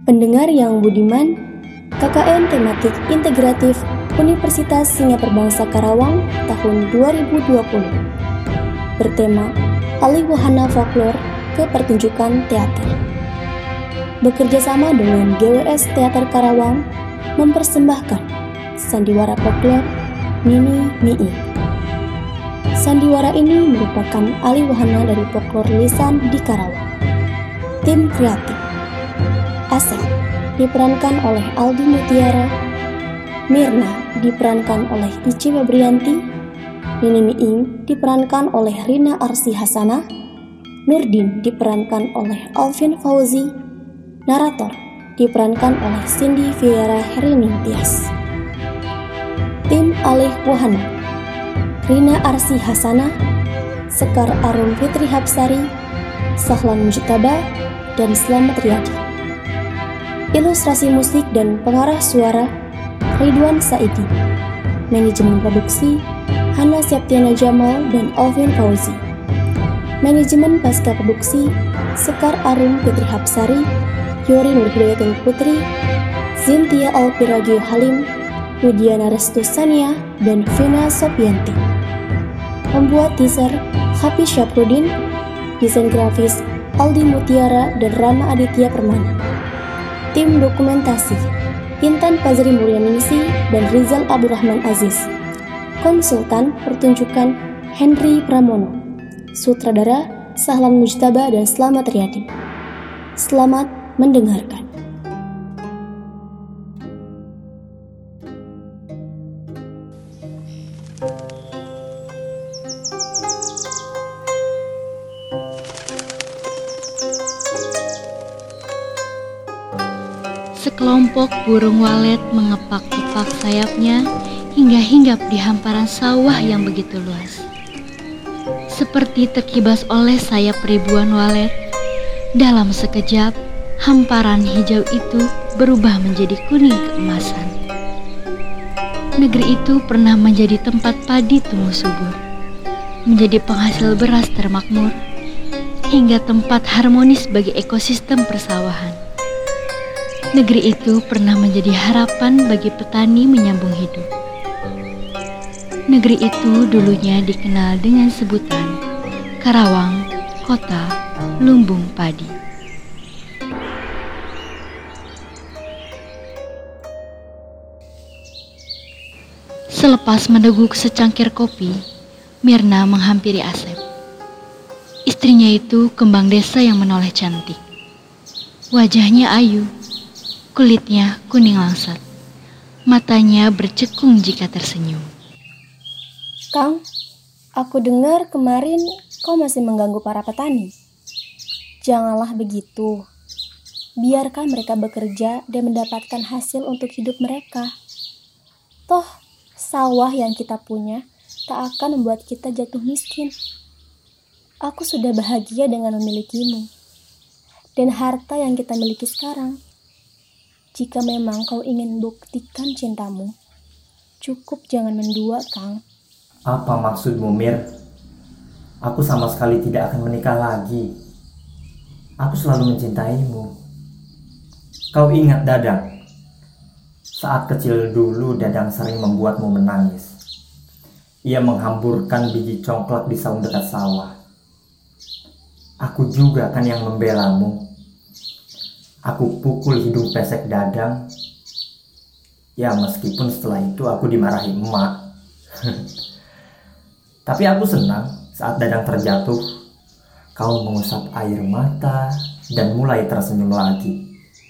Pendengar yang budiman, KKN Tematik Integratif Universitas Singapura Bangsa Karawang tahun 2020 bertema Alih Wahana Folklore ke Pertunjukan Teater. Bekerja sama dengan GWS Teater Karawang mempersembahkan sandiwara folklore Nini Mii. Sandiwara ini merupakan alih wahana dari folklore lisan di Karawang. Tim kreatif Asep diperankan oleh Aldi Mutiara, Mirna diperankan oleh Ici Febrianti, Nini Miing diperankan oleh Rina Arsi Hasanah, Nurdin diperankan oleh Alvin Fauzi, narator diperankan oleh Cindy Vieira Herinintias. Tim alih wahana Rina Arsi Hasanah, Sekar Arum Fitri Hapsari, Sahlan Mujtaba, dan Slamet Riyadi. Ilustrasi musik dan pengarah suara Ridwan Saidi. Manajemen produksi Hana Septiana Jamal dan Alvin Fauzi. Manajemen pasca produksi Sekar Arum Fitri Hapsari, Yori Nurhidayatul Putri, Zintia Alpiragio Halim, Widiana Restu Sania, dan Vina Sopianti. Pembuat teaser Hafiz Syafruddin, desain grafis Aldi Mutiara dan Rama Aditya Permana. Tim dokumentasi Intan Fazri Mulyaningsi dan Rizal Abdurrahman Aziz. Konsultan pertunjukan Henry Pramono. Sutradara Sahlan Mujtaba dan Slamet Riyadi. Selamat mendengarkan. Sekelompok burung walet mengepak-kepak sayapnya hingga hinggap di hamparan sawah yang begitu luas. Seperti terkibas oleh sayap ribuan walet, dalam sekejap hamparan hijau itu berubah menjadi kuning keemasan. Negeri itu pernah menjadi tempat padi tumbuh subur, menjadi penghasil beras termakmur, hingga tempat harmonis bagi ekosistem persawahan. Negeri itu pernah menjadi harapan bagi petani menyambung hidup. Negeri itu dulunya dikenal dengan sebutan Karawang, Kota Lumbung Padi. Selepas meneguk secangkir kopi, Mirna menghampiri Asep. Istrinya itu kembang desa yang menoleh cantik. Wajahnya ayu, kulitnya kuning langsat, matanya bercekung jika tersenyum. Kang, aku dengar kemarin kau masih mengganggu para petani. Janganlah begitu. Biarkan mereka bekerja dan mendapatkan hasil untuk hidup mereka. Toh, sawah yang kita punya tak akan membuat kita jatuh miskin. Aku sudah bahagia dengan memilikimu dan harta yang kita miliki sekarang. Jika memang kau ingin buktikan cintamu, cukup jangan mendua, Kang. Apa maksudmu, Mir? Aku sama sekali tidak akan menikah lagi. Aku selalu mencintaimu. Kau ingat Dadang? Saat kecil dulu Dadang sering membuatmu menangis. Ia menghamburkan biji congklak di saung dekat sawah. Aku juga kan yang membelamu. Aku pukul hidung pesek Dadang. Ya meskipun setelah itu aku dimarahi emak. Tapi aku senang saat Dadang terjatuh. Kau mengusap air mata dan mulai tersenyum lagi.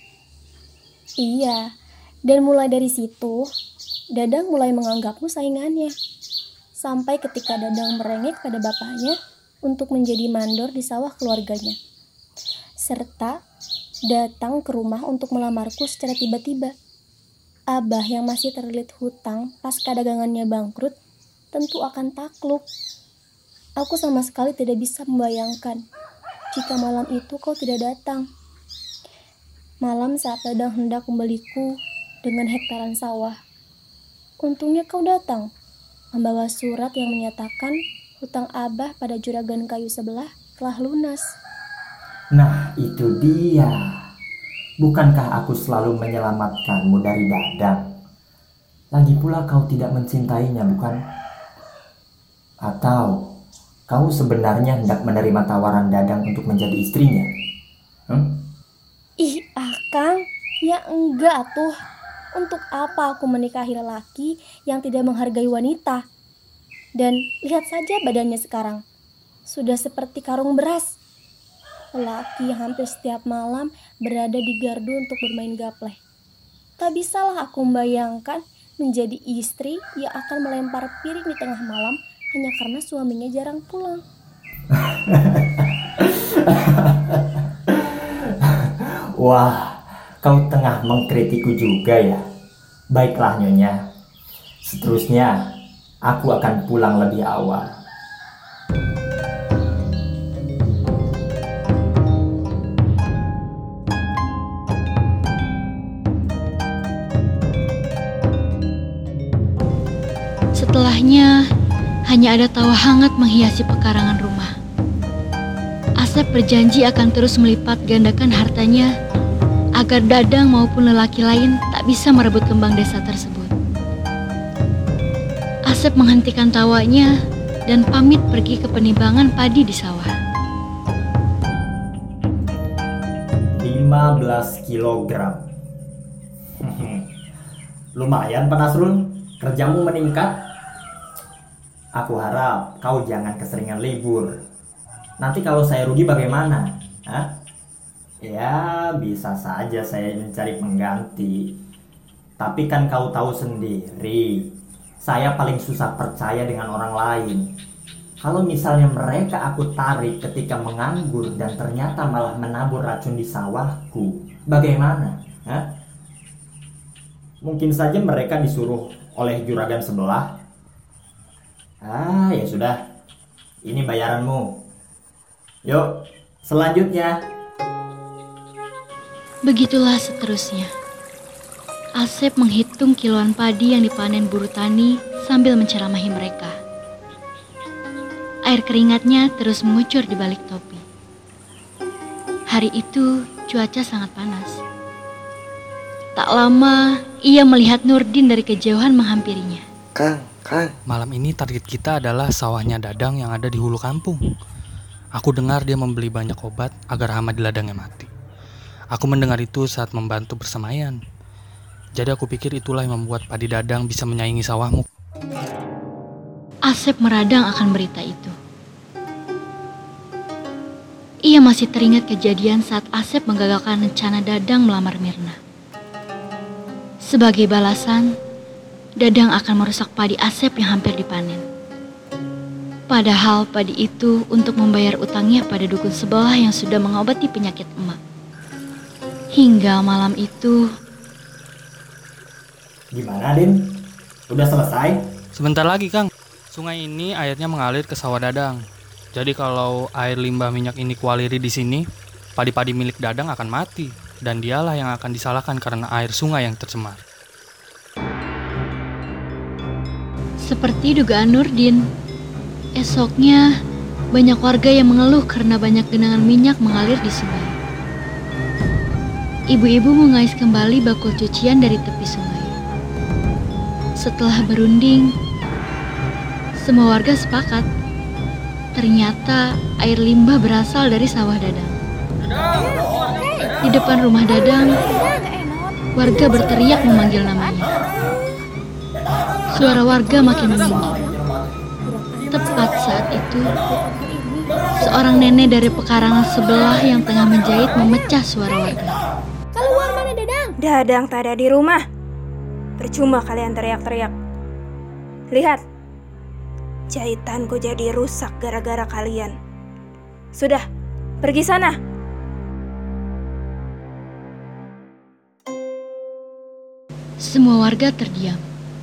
Iya, dan mulai dari situ, Dadang mulai menganggapmu saingannya. Sampai ketika Dadang merengek pada bapaknya untuk menjadi mandor di sawah keluarganya. Serta datang ke rumah untuk melamarku secara tiba-tiba. Abah yang masih terlilit hutang pasca dagangannya bangkrut tentu akan takluk. Aku sama sekali tidak bisa membayangkan jika malam itu kau tidak datang. Malam saat Dadang hendak membeliku dengan hektaran sawah. Untungnya kau datang, membawa surat yang menyatakan hutang Abah pada juragan kayu sebelah telah lunas. Nah itu dia. Bukankah aku selalu menyelamatkanmu dari Dadang? Lagi pula kau tidak mencintainya, bukan? Atau kau sebenarnya hendak menerima tawaran Dadang untuk menjadi istrinya? Ih, Akang, ya enggak tuh. Untuk apa aku menikahi lelaki yang tidak menghargai wanita? Dan lihat saja badannya sekarang. Sudah seperti karung beras. Lelaki yang hampir setiap malam berada di gardu untuk bermain gapleh. Tak bisalah aku membayangkan menjadi istri yang akan melempar piring di tengah malam hanya karena suaminya jarang pulang. Wah, kau tengah mengkritiku juga ya. Baiklah Nyonya. Seterusnya, aku akan pulang lebih awal. Setelahnya, hanya ada tawa hangat menghiasi pekarangan rumah. Asep berjanji akan terus melipat gandakan hartanya agar Dadang maupun lelaki lain tak bisa merebut kembang desa tersebut. Asep menghentikan tawanya dan pamit pergi ke penimbangan padi di sawah. 15 kilogram. Lumayan Pak Nasrul, kerjamu meningkat. Aku harap kau jangan keseringan libur. Nanti kalau saya rugi bagaimana? Hah? Ya, bisa saja saya mencari pengganti. Tapi kan kau tahu sendiri, saya paling susah percaya dengan orang lain. Kalau misalnya mereka aku tarik ketika menganggur dan ternyata malah menabur racun di sawahku, bagaimana? Hah? Mungkin saja mereka disuruh oleh juragan sebelah. Ya sudah, ini bayaranmu. Yuk, selanjutnya. Begitulah seterusnya. Asep menghitung kiloan padi yang dipanen buruh tani sambil menceramahi mereka. Air keringatnya terus mengucur di balik topi. Hari itu cuaca sangat panas. Tak lama ia melihat Nurdin dari kejauhan menghampirinya. Kang. Malam ini target kita adalah sawahnya Dadang yang ada di hulu kampung. Aku dengar dia membeli banyak obat agar hama di ladangnya mati. Aku mendengar itu saat membantu bersemaian. Jadi aku pikir itulah yang membuat padi Dadang bisa menyaingi sawahmu. Asep meradang akan berita itu. Ia masih teringat kejadian saat Asep menggagalkan rencana Dadang melamar Mirna. Sebagai balasan, Dadang akan merusak padi Asep yang hampir dipanen. Padahal padi itu untuk membayar utangnya pada dukun sebelah yang sudah mengobati penyakit emak. Hingga malam itu... Gimana, Din? Udah selesai? Sebentar lagi, Kang. Sungai ini airnya mengalir ke sawah Dadang. Jadi kalau air limbah minyak ini kualiri di sini, padi-padi milik Dadang akan mati. Dan dialah yang akan disalahkan karena air sungai yang tercemar. Seperti dugaan Nurdin, esoknya banyak warga yang mengeluh karena banyak genangan minyak mengalir di sungai. Ibu-ibu mengais kembali bakul cucian dari tepi sungai. Setelah berunding, semua warga sepakat. Ternyata air limbah berasal dari sawah Dadang. Di depan rumah Dadang, warga berteriak memanggil namanya. Suara warga makin meninggi. Tepat saat itu, seorang nenek dari pekarangan sebelah yang tengah menjahit memecah suara warga. Keluar mana Dadang? Dadang tak ada di rumah. Percuma kalian teriak-teriak. Lihat, jahitanku jadi rusak gara-gara kalian. Sudah, pergi sana. Semua warga terdiam.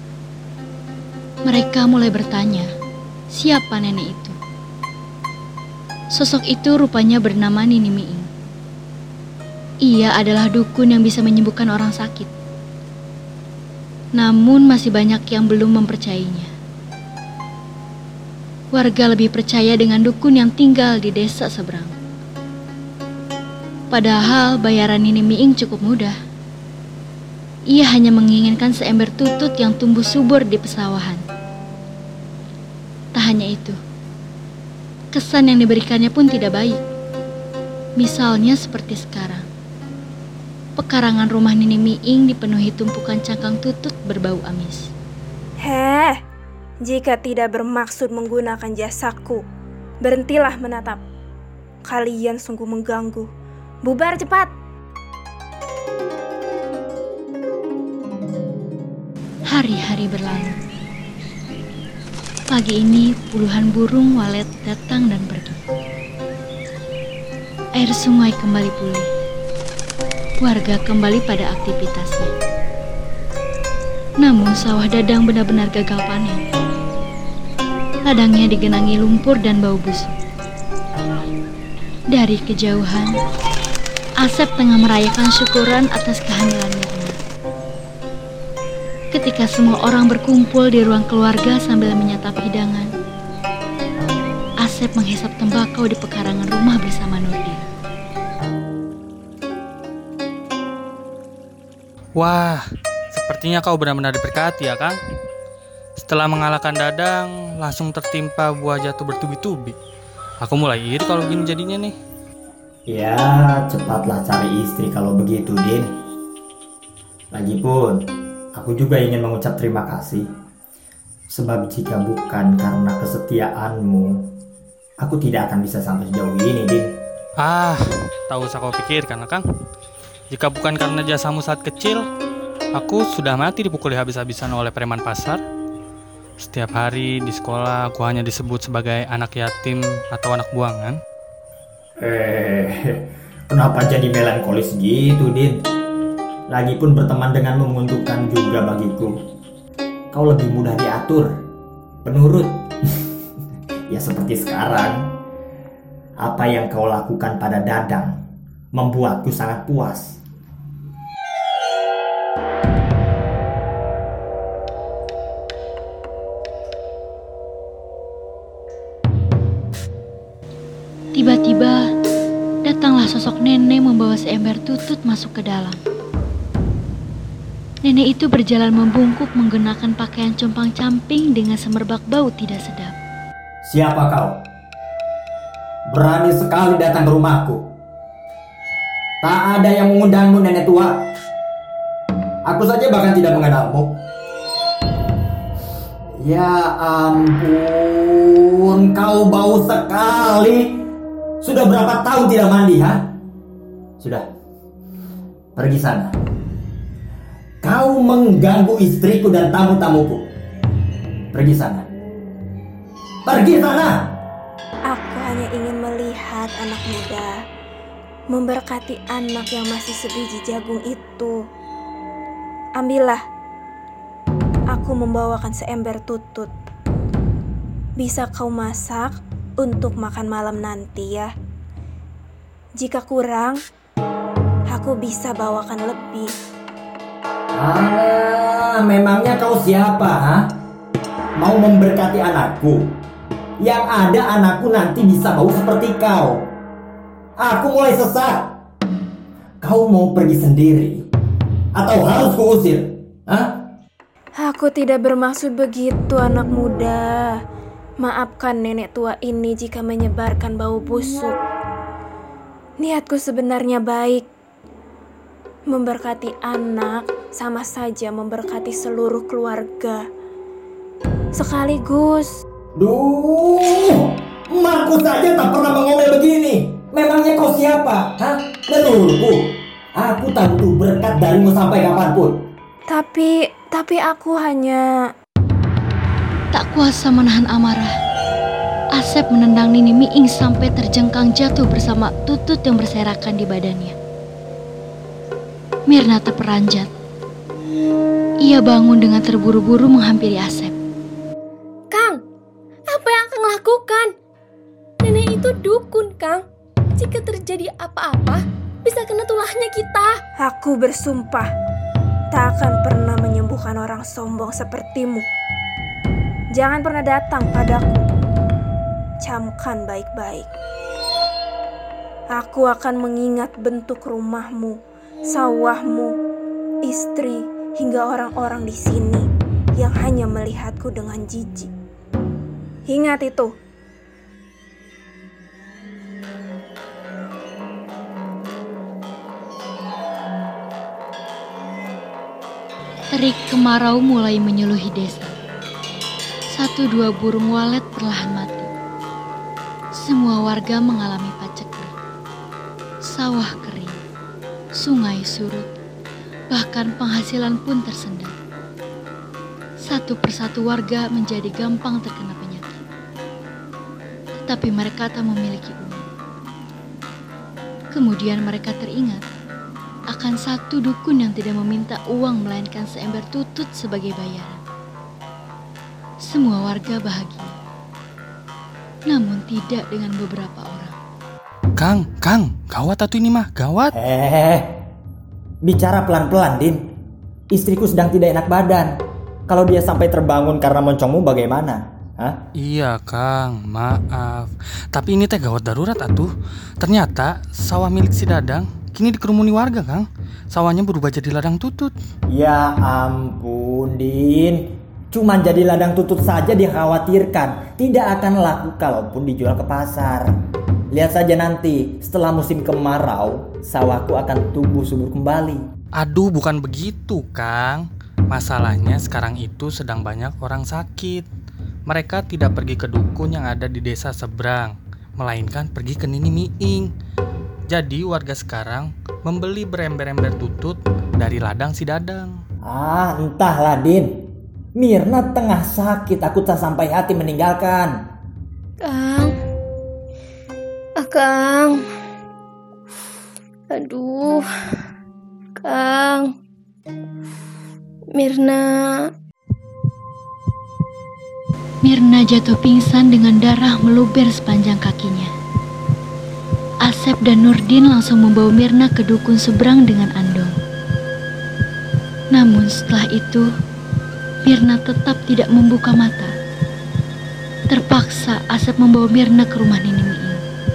Mereka mulai bertanya, siapa nenek itu? Sosok itu rupanya bernama Nini Miing. Ia adalah dukun yang bisa menyembuhkan orang sakit. Namun masih banyak yang belum mempercayainya. Warga lebih percaya dengan dukun yang tinggal di desa seberang. Padahal bayaran Nini Miing cukup mudah. Ia hanya menginginkan seember tutut yang tumbuh subur di pesawahan. Tak hanya itu, kesan yang diberikannya pun tidak baik. Misalnya seperti sekarang. Pekarangan rumah Nini Miing dipenuhi tumpukan cangkang tutut berbau amis. Jika tidak bermaksud menggunakan jasaku, berhentilah menatap. Kalian sungguh mengganggu. Bubar cepat! Hari-hari berlalu. Pagi ini puluhan burung walet datang dan pergi. Air sungai kembali pulih. Warga kembali pada aktivitasnya. Namun sawah Dadang benar-benar gagal panen. Ladangnya digenangi lumpur dan bau busuk. Dari kejauhan, Asep tengah merayakan syukuran atas kehamilan Mirna. Ketika semua orang berkumpul di ruang keluarga sambil menyantap hidangan, Asep menghisap tembakau di pekarangan rumah bersama Nurdin. Wah, sepertinya kau benar-benar diberkati ya, Kang. Setelah mengalahkan Dadang, langsung tertimpa buah jatuh bertubi-tubi. Aku mulai iri kalau gini jadinya nih. Ya, cepatlah cari istri kalau begitu, Din. Lagipun, aku juga ingin mengucap terima kasih. Sebab jika bukan karena kesetiaanmu, aku tidak akan bisa sampai sejauh ini, Din. Tak usah kau pikirkan, Kang. Jika bukan karena jasamu saat kecil, aku sudah mati dipukuli habis-habisan oleh preman pasar. Setiap hari di sekolah, aku hanya disebut sebagai anak yatim atau anak buangan. Kenapa jadi melankolis gitu, Din? Lagipun berteman denganmu menguntungkan juga bagiku. Kau lebih mudah diatur, penurut. Ya seperti sekarang. Apa yang kau lakukan pada Dadang membuatku sangat puas. Tiba-tiba, datanglah sosok nenek membawa seember tutut masuk ke dalam. Nenek itu berjalan membungkuk menggunakan pakaian compang-camping dengan semerbak bau tidak sedap. Siapa kau? Berani sekali datang ke rumahku. Tak ada yang mengundangmu, nenek tua. Aku saja bahkan tidak mengenalmu. Ya ampun, kau bau sekali. Sudah berapa tahun tidak mandi, ha? Sudah, pergi sana. Kau mengganggu istriku dan tamu-tamuku. Pergi sana. Pergi sana! Aku hanya ingin melihat anak muda memberkati anak yang masih sebiji jagung itu. Ambillah. Aku membawakan seember tutut. Bisa kau masak untuk makan malam nanti ya. Jika kurang, aku bisa bawakan lebih. Memangnya kau siapa, ha? Mau memberkati anakku? Yang ada anakku nanti bisa bau seperti kau. Aku mulai sesak. Kau mau pergi sendiri? Atau harus kuusir? Ha? Aku tidak bermaksud begitu, anak muda. Maafkan nenek tua ini jika menyebarkan bau busuk. Niatku sebenarnya baik. Memberkati anak sama saja memberkati seluruh keluarga. Sekaligus. Duh, emakku saja tak pernah mengomel begini. Memangnya kau siapa? Hah? Leluhurku. Aku tak butuh berkat darimu sampai kapanpun. Tapi aku hanya... Tak kuasa menahan amarah, Asep menendang Nini Miing sampai terjengkang jatuh bersama tutut yang berserakan di badannya. Mirna terperanjat. Ia bangun dengan terburu-buru menghampiri Asep. Kang, apa yang Kang lakukan? Nenek itu dukun, Kang. Jika terjadi apa-apa, bisa kena tulahnya kita. Aku bersumpah tak akan pernah menyembuhkan orang sombong sepertimu. Jangan pernah datang padaku. Camkan baik-baik. Aku akan mengingat bentuk rumahmu, sawahmu, istri, hingga orang-orang di sini yang hanya melihatku dengan jijik. Ingat itu. Terik kemarau mulai menyeluhi desa. 1-2 burung walet perlahan mati. Semua warga mengalami paceklik. Sawah kering, sungai surut, bahkan penghasilan pun tersendat. Satu persatu warga menjadi gampang terkena penyakit. Tetapi mereka tak memiliki uang. Kemudian mereka teringat akan satu dukun yang tidak meminta uang melainkan seember tutut sebagai bayaran. Semua warga bahagia, namun tidak dengan beberapa orang. Kang, gawat atuh ini mah, gawat. Bicara pelan-pelan, Din. Istriku sedang tidak enak badan. Kalau dia sampai terbangun karena moncongmu bagaimana? Hah? Iya Kang, maaf. Tapi ini teh gawat darurat atuh. Ternyata sawah milik si Dadang kini dikerumuni warga, Kang. Sawahnya berubah jadi ladang tutut. Ya ampun, Din. Cuman jadi ladang tutut saja dikhawatirkan. Tidak akan laku kalaupun dijual ke pasar. Lihat saja nanti, setelah musim kemarau, sawahku akan tumbuh subur kembali. Aduh, bukan begitu, Kang. Masalahnya sekarang itu sedang banyak orang sakit. Mereka tidak pergi ke dukun yang ada di desa seberang, melainkan pergi ke Nini Miing. Jadi warga sekarang membeli berember-ember tutut dari ladang si Dadang. Entahlah, Din. Mirna tengah sakit, aku tak sampai hati meninggalkan. Kang. Aduh. Kang. Mirna jatuh pingsan dengan darah meluber sepanjang kakinya. Asep dan Nurdin langsung membawa Mirna ke dukun seberang dengan andong. Namun setelah itu, Mirna tetap tidak membuka mata. Terpaksa Asep membawa Mirna ke rumah Nini Miing.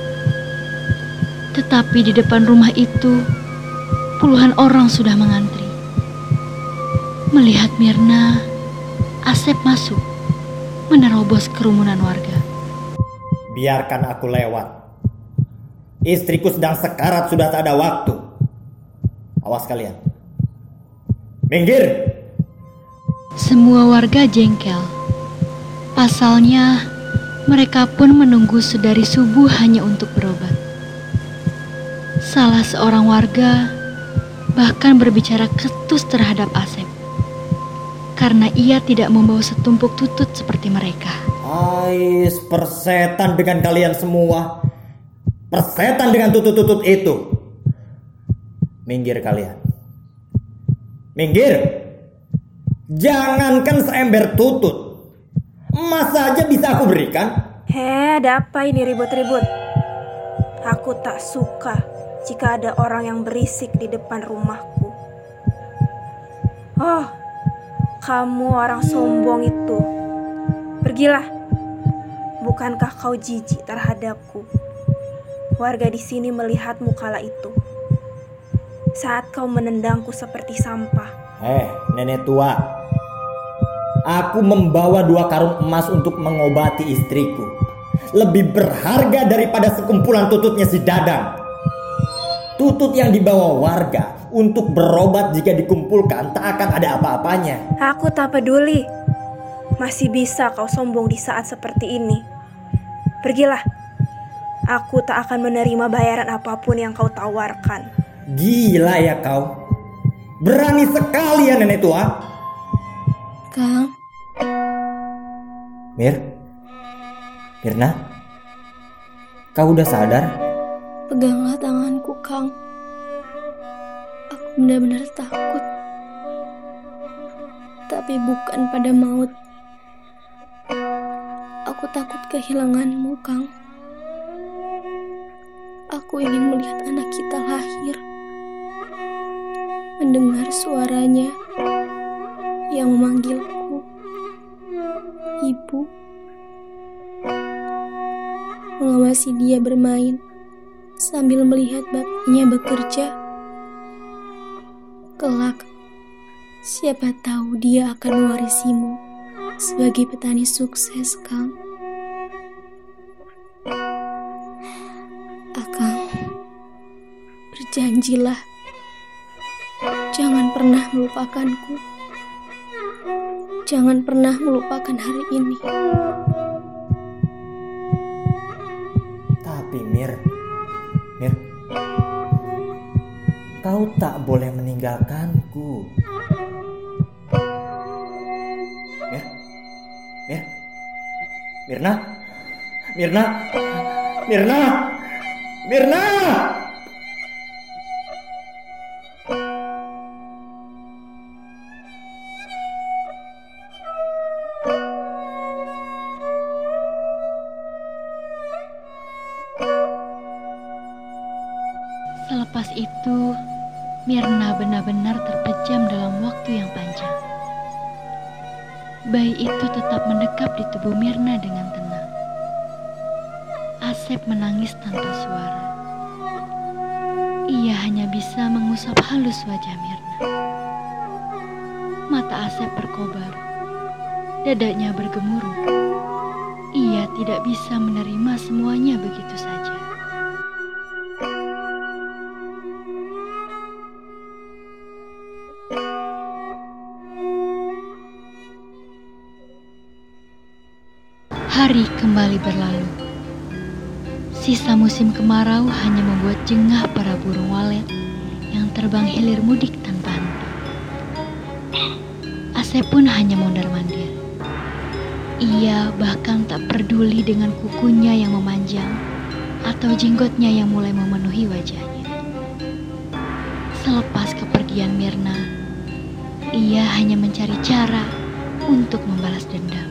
Tetapi di depan rumah itu, puluhan orang sudah mengantri. Melihat Mirna, Asep masuk, menerobos kerumunan warga. Biarkan aku lewat. Istriku sedang sekarat, sudah tak ada waktu. Awas kalian. Minggir! Semua warga jengkel. Pasalnya, mereka pun menunggu sedari subuh hanya untuk berobat. Salah seorang warga bahkan berbicara ketus terhadap Asep karena ia tidak membawa setumpuk tutut seperti mereka. Persetan dengan kalian semua. Persetan dengan tutut-tutut itu. Minggir kalian. Minggir. Jangankan seember tutut, emas saja bisa aku berikan. Ada apa ini ribut-ribut? Aku tak suka jika ada orang yang berisik di depan rumahku. Oh, kamu orang sombong itu. Pergilah. Bukankah kau jijik terhadapku? Warga di sini melihatmu kala itu, saat kau menendangku seperti sampah. Nenek tua. Aku membawa 2 karung emas untuk mengobati istriku. Lebih berharga daripada sekumpulan tututnya si Dadang. Tutut yang dibawa warga untuk berobat jika dikumpulkan tak akan ada apa-apanya. Aku tak peduli. Masih bisa kau sombong di saat seperti ini. Pergilah. Aku tak akan menerima bayaran apapun yang kau tawarkan. Gila ya kau. Berani sekali ya nenek tua. Kang. Mirna, kau udah sadar? Peganglah tanganku, Kang. Aku benar-benar takut. Tapi bukan pada maut. Aku takut kehilanganmu, Kang. Aku ingin melihat anak kita lahir. Mendengar suaranya yang memanggilku, Ibu. Mengawasi dia bermain sambil melihat bapaknya bekerja. Kelak, siapa tahu dia akan mewarisimu sebagai petani sukses, Kang. Akang, berjanjilah, jangan pernah melupakanku. Jangan pernah melupakan hari ini. Tapi Mir, kau tak boleh meninggalkanku. Mirna. Selepas itu, Mirna benar-benar terpejam dalam waktu yang panjang. Bayi itu tetap mendekap di tubuh Mirna dengan tenang. Asep menangis tanpa suara. Ia hanya bisa mengusap halus wajah Mirna. Mata Asep berkobar, dadanya bergemuruh. Ia tidak bisa menerima semuanya begitu saja. Hari kembali berlalu. Sisa musim kemarau hanya membuat jengah para burung walet yang terbang hilir mudik tanpa henti. Asep pun hanya mondar-mandir. Ia bahkan tak peduli dengan kukunya yang memanjang atau jenggotnya yang mulai memenuhi wajahnya. Selepas kepergian Mirna, ia hanya mencari cara untuk membalas dendam.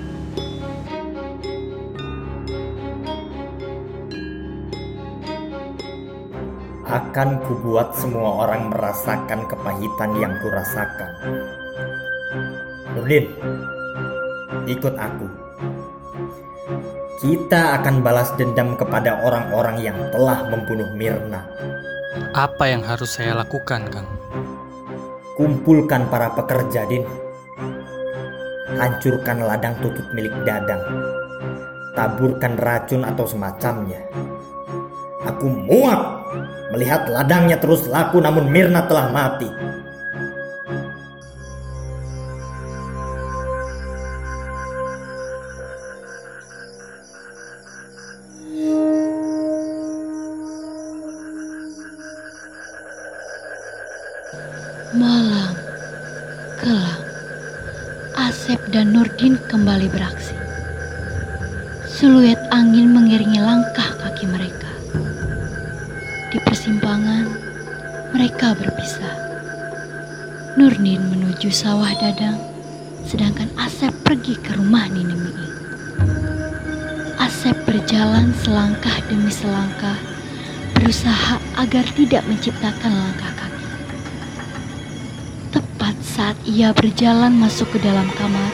Akan kubuat semua orang merasakan kepahitan yang kurasakan. Nurdin, ikut aku. Kita akan balas dendam kepada orang-orang yang telah membunuh Mirna. Apa yang harus saya lakukan, Kang? Kumpulkan para pekerja, Din. Hancurkan ladang tutut milik Dadang. Taburkan racun atau semacamnya. Aku muak melihat ladangnya terus laku namun Mirna telah mati. Malam kelam, Asep dan Nurdin kembali beraksi. Siluet angin mengiringi langkah kaki mereka. Di persimpangan, mereka berpisah. Nurdin menuju sawah Dadang, sedangkan Asep pergi ke rumah Nini Miing. Asep berjalan selangkah demi selangkah, berusaha agar tidak menciptakan langkah kaki. Tepat saat ia berjalan masuk ke dalam kamar,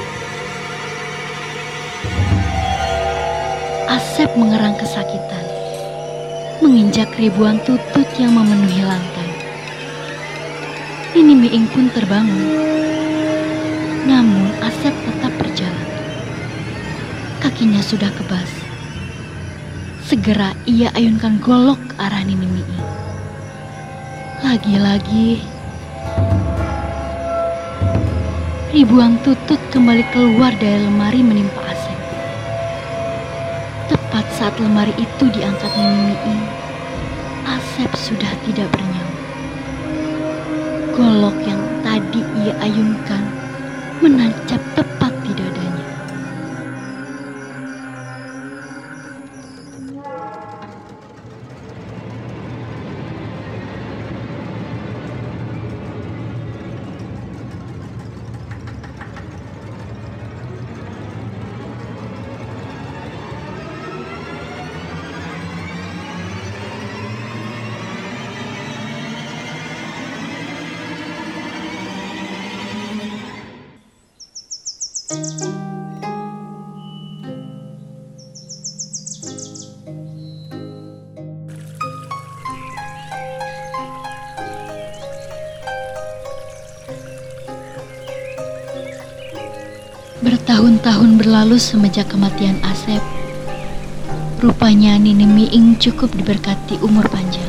Asep mengerang kesakitan, menginjak ribuan tutut yang memenuhi lantai. Nini Miing pun terbangun. Namun Asep tetap berjalan. Kakinya sudah kebas. Segera ia ayunkan golok ke arah Nini Miing. Lagi-lagi ribuan tutut kembali keluar dari lemari menimpa Asep. Tepat saat lemari itu diangkat Nini Miing, Asep sudah tidak bernyawa. Golok yang tadi ia ayunkan menancap tepat di dadanya. Bertahun-tahun berlalu semenjak kematian Asep. Rupanya Nini Miing cukup diberkati umur panjang.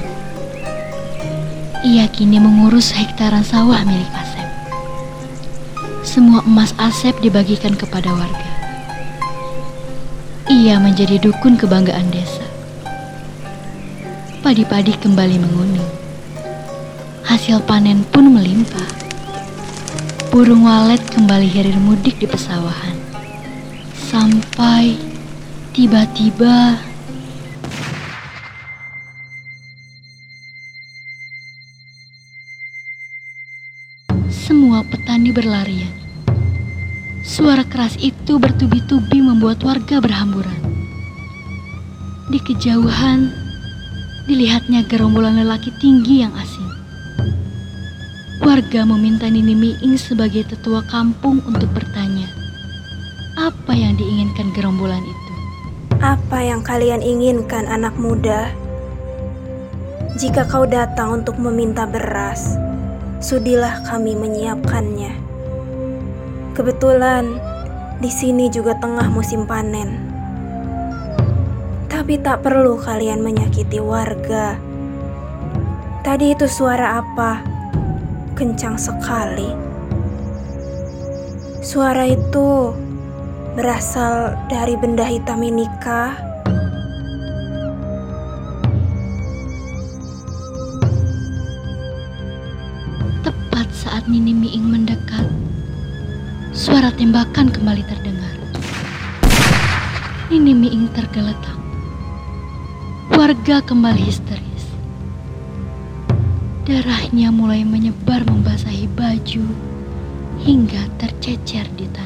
Ia kini mengurus hektaran sawah milik Asep. Semua emas Asep dibagikan kepada warga. Ia menjadi dukun kebanggaan desa. Padi-padi kembali menguning. Hasil panen pun melimpah. Burung walet kembali hirir mudik di pesawahan. Sampai tiba-tiba semua petani berlarian. Suara keras itu bertubi-tubi membuat warga berhamburan. Di kejauhan, dilihatnya gerombolan lelaki tinggi yang asing. Warga meminta Nini Miing sebagai tetua kampung untuk bertanya, apa yang diinginkan gerombolan itu? Apa yang kalian inginkan, anak muda? Jika kau datang untuk meminta beras, sudilah kami menyiapkannya. Kebetulan di sini juga tengah musim panen. Tapi tak perlu kalian menyakiti warga. Tadi itu suara apa? Kencang sekali. Suara itu berasal dari benda hitam ini kah? Tepat saat Nini Miing mendekat, suara tembakan kembali terdengar. Nini Miing tergeletak. Warga kembali histeris. Darahnya mulai menyebar membasahi baju hingga tercecer di tanah.